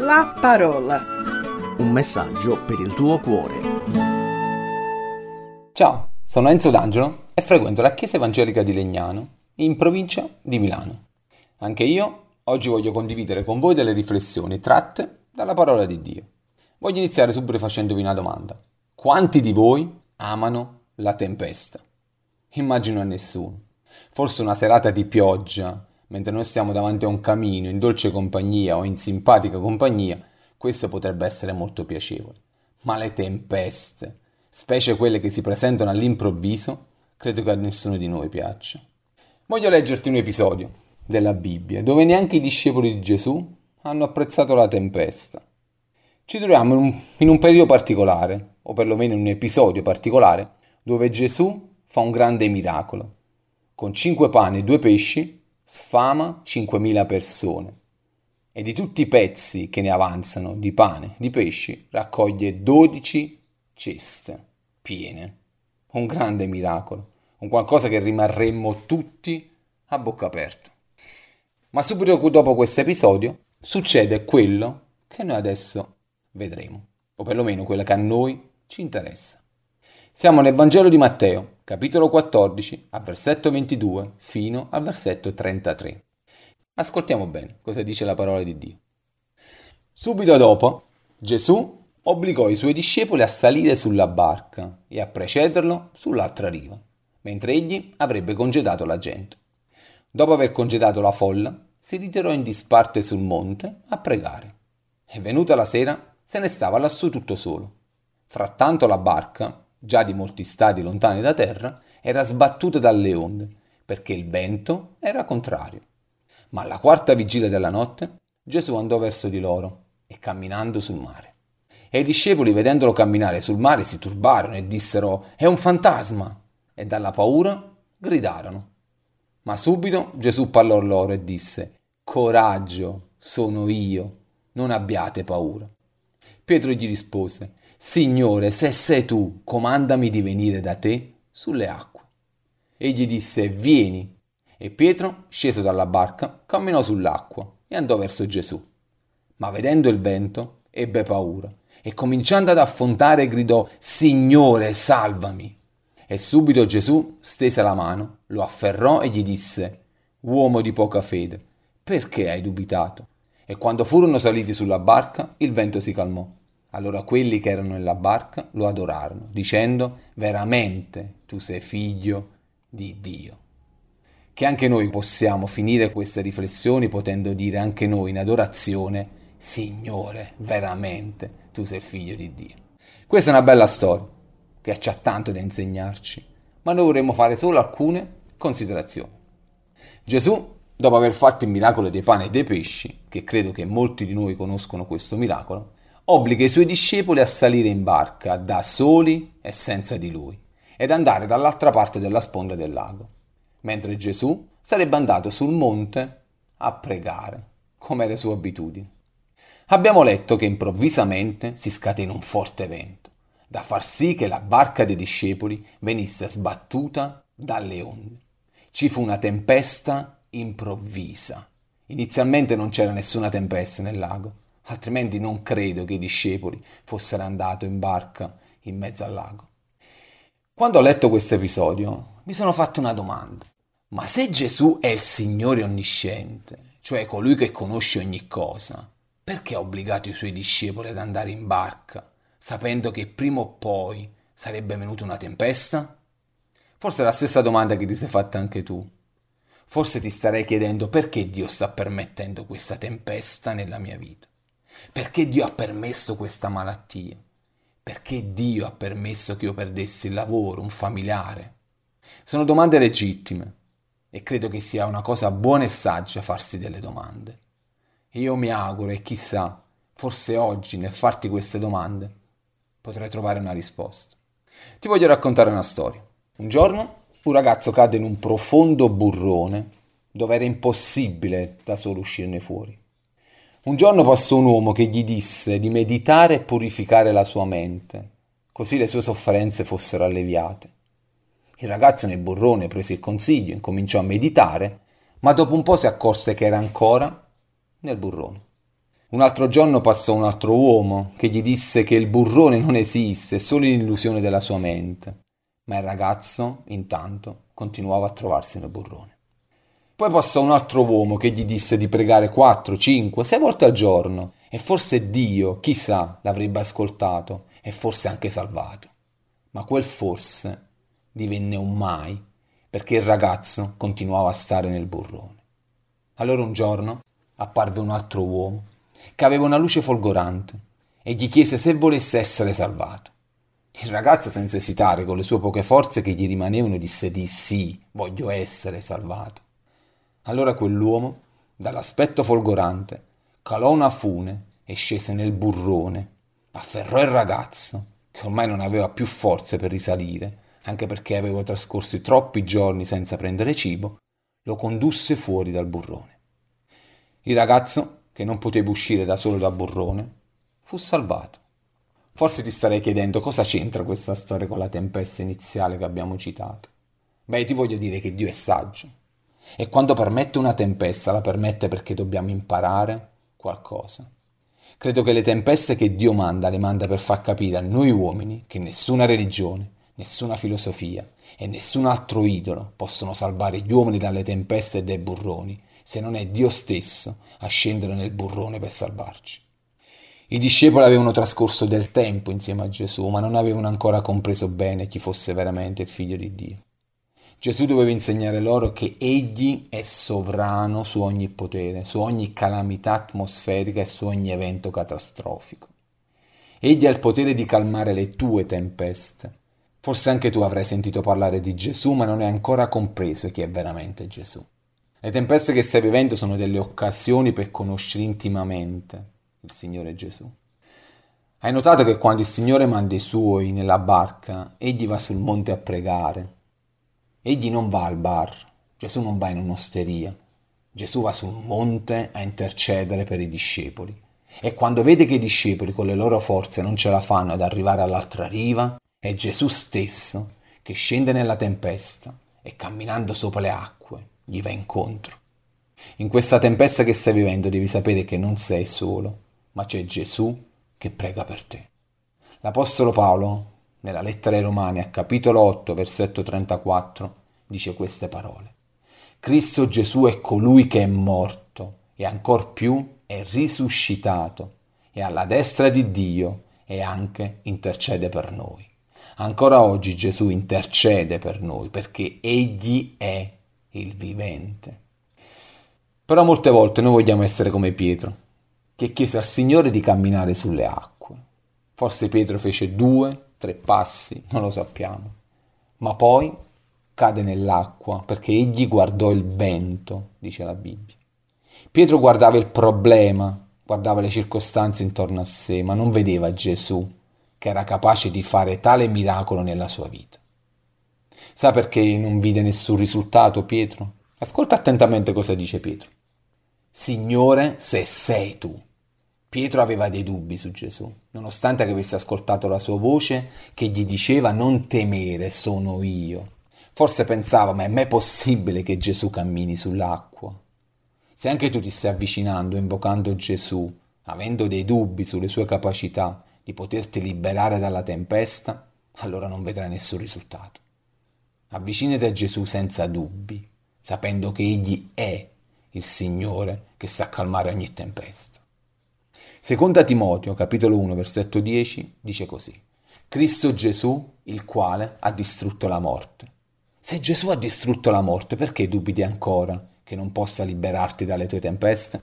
La parola. Un messaggio per il tuo cuore. Ciao, sono Enzo D'Angelo e frequento la Chiesa Evangelica di Legnano, in provincia di Milano. Anche io oggi voglio condividere con voi delle riflessioni tratte dalla parola di Dio. Voglio iniziare subito facendovi una domanda. Quanti di voi amano la tempesta? Immagino a nessuno. Forse una serata di pioggia, mentre noi stiamo davanti a un camino in dolce compagnia o in simpatica compagnia, questo potrebbe essere molto piacevole. Ma le tempeste, specie quelle che si presentano all'improvviso, credo che a nessuno di noi piaccia. Voglio leggerti un episodio della Bibbia dove neanche i discepoli di Gesù hanno apprezzato la tempesta. Ci troviamo in un periodo particolare, o perlomeno in un episodio particolare, dove Gesù fa un grande miracolo. Con 5 pani e 2 pesci sfama 5.000 persone e di tutti i pezzi che ne avanzano di pane, di pesci, raccoglie 12 ceste piene. Un grande miracolo, un qualcosa che rimarremmo tutti a bocca aperta. Ma subito dopo questo episodio succede quello che noi adesso vedremo, o perlomeno quello che a noi ci interessa. Siamo nel Vangelo di Matteo, capitolo 14, al versetto 22 fino al versetto 33. Ascoltiamo bene cosa dice la parola di Dio. Subito dopo, Gesù obbligò i suoi discepoli a salire sulla barca e a precederlo sull'altra riva, mentre egli avrebbe congedato la gente. Dopo aver congedato la folla, si ritirò in disparte sul monte a pregare. E venuta la sera, se ne stava lassù tutto solo. Frattanto la barca, già di molti stadi lontani da terra, era sbattuta dalle onde, perché il vento era contrario. Ma alla 4ª vigilia della notte, Gesù andò verso di loro, e camminando sul mare. E i discepoli, vedendolo camminare sul mare, si turbarono e dissero: «È un fantasma!» E dalla paura gridarono. Ma subito Gesù parlò loro e disse: «Coraggio, sono io, non abbiate paura». Pietro gli rispose: «Signore, se sei tu, comandami di venire da te sulle acque». Egli disse: «Vieni». E Pietro, sceso dalla barca, camminò sull'acqua e andò verso Gesù. Ma vedendo il vento, ebbe paura e cominciando ad affondare gridò: «Signore, salvami!» E subito Gesù stese la mano, lo afferrò e gli disse: «Uomo di poca fede, perché hai dubitato?» E quando furono saliti sulla barca, il vento si calmò. Allora quelli che erano nella barca lo adorarono, dicendo: «Veramente tu sei figlio di Dio». Che anche noi possiamo finire queste riflessioni potendo dire anche noi in adorazione: «Signore, veramente tu sei figlio di Dio». Questa è una bella storia che c'ha tanto da insegnarci, ma noi vorremmo fare solo alcune considerazioni. Gesù, dopo aver fatto il miracolo dei pani e dei pesci, che credo che molti di noi conoscono questo miracolo, obbliga i suoi discepoli a salire in barca da soli e senza di lui ed andare dall'altra parte della sponda del lago, mentre Gesù sarebbe andato sul monte a pregare, come era sua abitudine. Abbiamo letto che improvvisamente si scatenò un forte vento, da far sì che la barca dei discepoli venisse sbattuta dalle onde. Ci fu una tempesta improvvisa. Inizialmente non c'era nessuna tempesta nel lago, altrimenti non credo che i discepoli fossero andati in barca in mezzo al lago. Quando ho letto questo episodio mi sono fatto una domanda. Ma se Gesù è il Signore onnisciente, cioè colui che conosce ogni cosa, perché ha obbligato i suoi discepoli ad andare in barca, sapendo che prima o poi sarebbe venuta una tempesta? Forse è la stessa domanda che ti sei fatta anche tu. Forse ti starei chiedendo: perché Dio sta permettendo questa tempesta nella mia vita? Perché Dio ha permesso questa malattia? Perché Dio ha permesso che io perdessi il lavoro, un familiare? Sono domande legittime e credo che sia una cosa buona e saggia farsi delle domande. Io mi auguro e chissà, forse oggi nel farti queste domande potrai trovare una risposta. Ti voglio raccontare una storia. Un giorno un ragazzo cadde in un profondo burrone dove era impossibile da solo uscirne fuori. Un giorno passò un uomo che gli disse di meditare e purificare la sua mente, così le sue sofferenze fossero alleviate. Il ragazzo nel burrone prese il consiglio, incominciò a meditare, ma dopo un po' si accorse che era ancora nel burrone. Un altro giorno passò un altro uomo che gli disse che il burrone non esiste, è solo l'illusione della sua mente. Ma il ragazzo, intanto, continuava a trovarsi nel burrone. Poi passò un altro uomo che gli disse di pregare 4, 5, 6 volte al giorno e forse Dio, chissà, l'avrebbe ascoltato e forse anche salvato. Ma quel forse divenne un mai perché il ragazzo continuava a stare nel burrone. Allora un giorno apparve un altro uomo che aveva una luce folgorante e gli chiese se volesse essere salvato. Il ragazzo, senza esitare, con le sue poche forze che gli rimanevano, disse di sì, voglio essere salvato. Allora quell'uomo, dall'aspetto folgorante, calò una fune e scese nel burrone, afferrò il ragazzo, che ormai non aveva più forze per risalire, anche perché aveva trascorso troppi giorni senza prendere cibo, lo condusse fuori dal burrone. Il ragazzo, che non poteva uscire da solo dal burrone, fu salvato. Forse ti starei chiedendo cosa c'entra questa storia con la tempesta iniziale che abbiamo citato. Beh, ti voglio dire che Dio è saggio e quando permette una tempesta la permette perché dobbiamo imparare qualcosa. Credo che le tempeste che Dio manda le manda per far capire a noi uomini che nessuna religione, nessuna filosofia e nessun altro idolo possono salvare gli uomini dalle tempeste e dai burroni, se non è Dio stesso a scendere nel burrone per salvarci. I discepoli avevano trascorso del tempo insieme a Gesù, ma non avevano ancora compreso bene chi fosse veramente il figlio di Dio. Gesù doveva insegnare loro che Egli è sovrano su ogni potere, su ogni calamità atmosferica e su ogni evento catastrofico. Egli ha il potere di calmare le tue tempeste. Forse anche tu avrai sentito parlare di Gesù, ma non hai ancora compreso chi è veramente Gesù. Le tempeste che stai vivendo sono delle occasioni per conoscere intimamente il Signore Gesù. Hai notato che quando il Signore manda i Suoi nella barca, Egli va sul monte a pregare. Egli non va al bar, Gesù non va in un'osteria, Gesù va sul monte a intercedere per i discepoli. E quando vede che i discepoli con le loro forze non ce la fanno ad arrivare all'altra riva, è Gesù stesso che scende nella tempesta e camminando sopra le acque gli va incontro. In questa tempesta che stai vivendo devi sapere che non sei solo, ma c'è Gesù che prega per te. L'Apostolo Paolo, nella lettera ai Romani, a capitolo 8, versetto 34, dice queste parole. Cristo Gesù è colui che è morto e ancor più è risuscitato e alla destra di Dio e anche intercede per noi. Ancora oggi Gesù intercede per noi perché Egli è il vivente. Però molte volte noi vogliamo essere come Pietro, che chiese al Signore di camminare sulle acque. Forse Pietro fece 2, 3 passi, non lo sappiamo. Ma poi cade nell'acqua perché egli guardò il vento, dice la Bibbia. Pietro guardava il problema, guardava le circostanze intorno a sé, ma non vedeva Gesù, che era capace di fare tale miracolo nella sua vita. Sa perché non vide nessun risultato Pietro? Ascolta attentamente cosa dice Pietro. Signore, se sei tu. Pietro aveva dei dubbi su Gesù, nonostante che avesse ascoltato la sua voce che gli diceva non temere, sono io. Forse pensava, ma è mai possibile che Gesù cammini sull'acqua? Se anche tu ti stai avvicinando, invocando Gesù, avendo dei dubbi sulle sue capacità di poterti liberare dalla tempesta, allora non vedrai nessun risultato. Avvicinati a Gesù senza dubbi, sapendo che Egli è il Signore che sa calmare ogni tempesta. Seconda Timoteo, capitolo 1, versetto 10, dice così. Cristo Gesù, il quale ha distrutto la morte. Se Gesù ha distrutto la morte, perché dubiti ancora che non possa liberarti dalle tue tempeste?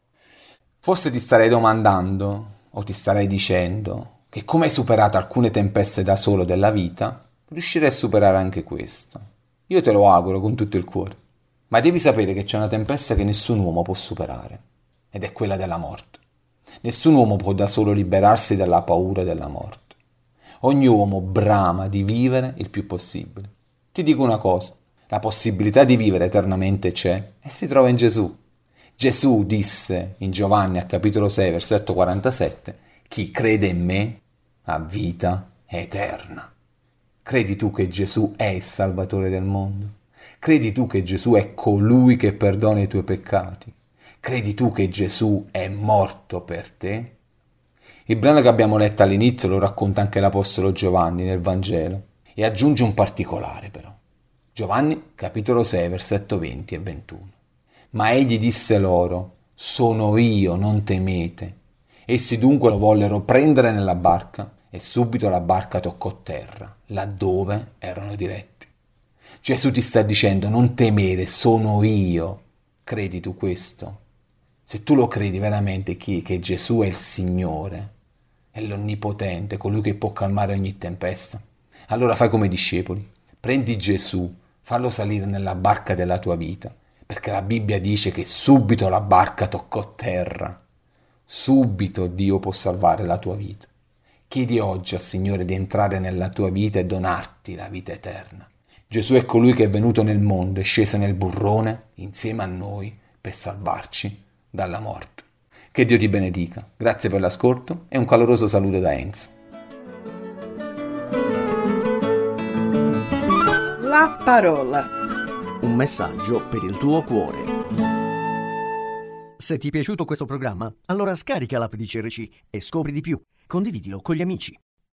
Forse ti starei domandando, o ti starei dicendo, che come hai superato alcune tempeste da solo della vita, riuscirai a superare anche questa. Io te lo auguro con tutto il cuore. Ma devi sapere che c'è una tempesta che nessun uomo può superare, ed è quella della morte. Nessun uomo può da solo liberarsi dalla paura della morte. Ogni uomo brama di vivere il più possibile. Ti dico una cosa, la possibilità di vivere eternamente c'è e si trova in Gesù. Gesù disse in Giovanni a capitolo 6, versetto 47, chi crede in me ha vita eterna. Credi tu che Gesù è il Salvatore del mondo? Credi tu che Gesù è colui che perdona i tuoi peccati? Credi tu che Gesù è morto per te? Il brano che abbiamo letto all'inizio lo racconta anche l'Apostolo Giovanni nel Vangelo e aggiunge un particolare però. Giovanni, capitolo 6, versetto 20 e 21. Ma egli disse loro: sono io, non temete. Essi dunque lo vollero prendere nella barca e subito la barca toccò terra, laddove erano diretti. Gesù ti sta dicendo: non temere, sono io. Credi tu questo? Se tu lo credi veramente che Gesù è il Signore, è l'Onnipotente, colui che può calmare ogni tempesta, allora fai come i discepoli. Prendi Gesù, fallo salire nella barca della tua vita, perché la Bibbia dice che subito la barca toccò terra. Subito Dio può salvare la tua vita. Chiedi oggi al Signore di entrare nella tua vita e donarti la vita eterna. Gesù è colui che è venuto nel mondo, è sceso nel burrone insieme a noi per salvarci dalla morte. Che Dio ti benedica. Grazie per l'ascolto e un caloroso saluto da Enzo. La parola. Un messaggio per il tuo cuore. Se ti è piaciuto questo programma, allora scarica l'app di CRC e scopri di più. Condividilo con gli amici.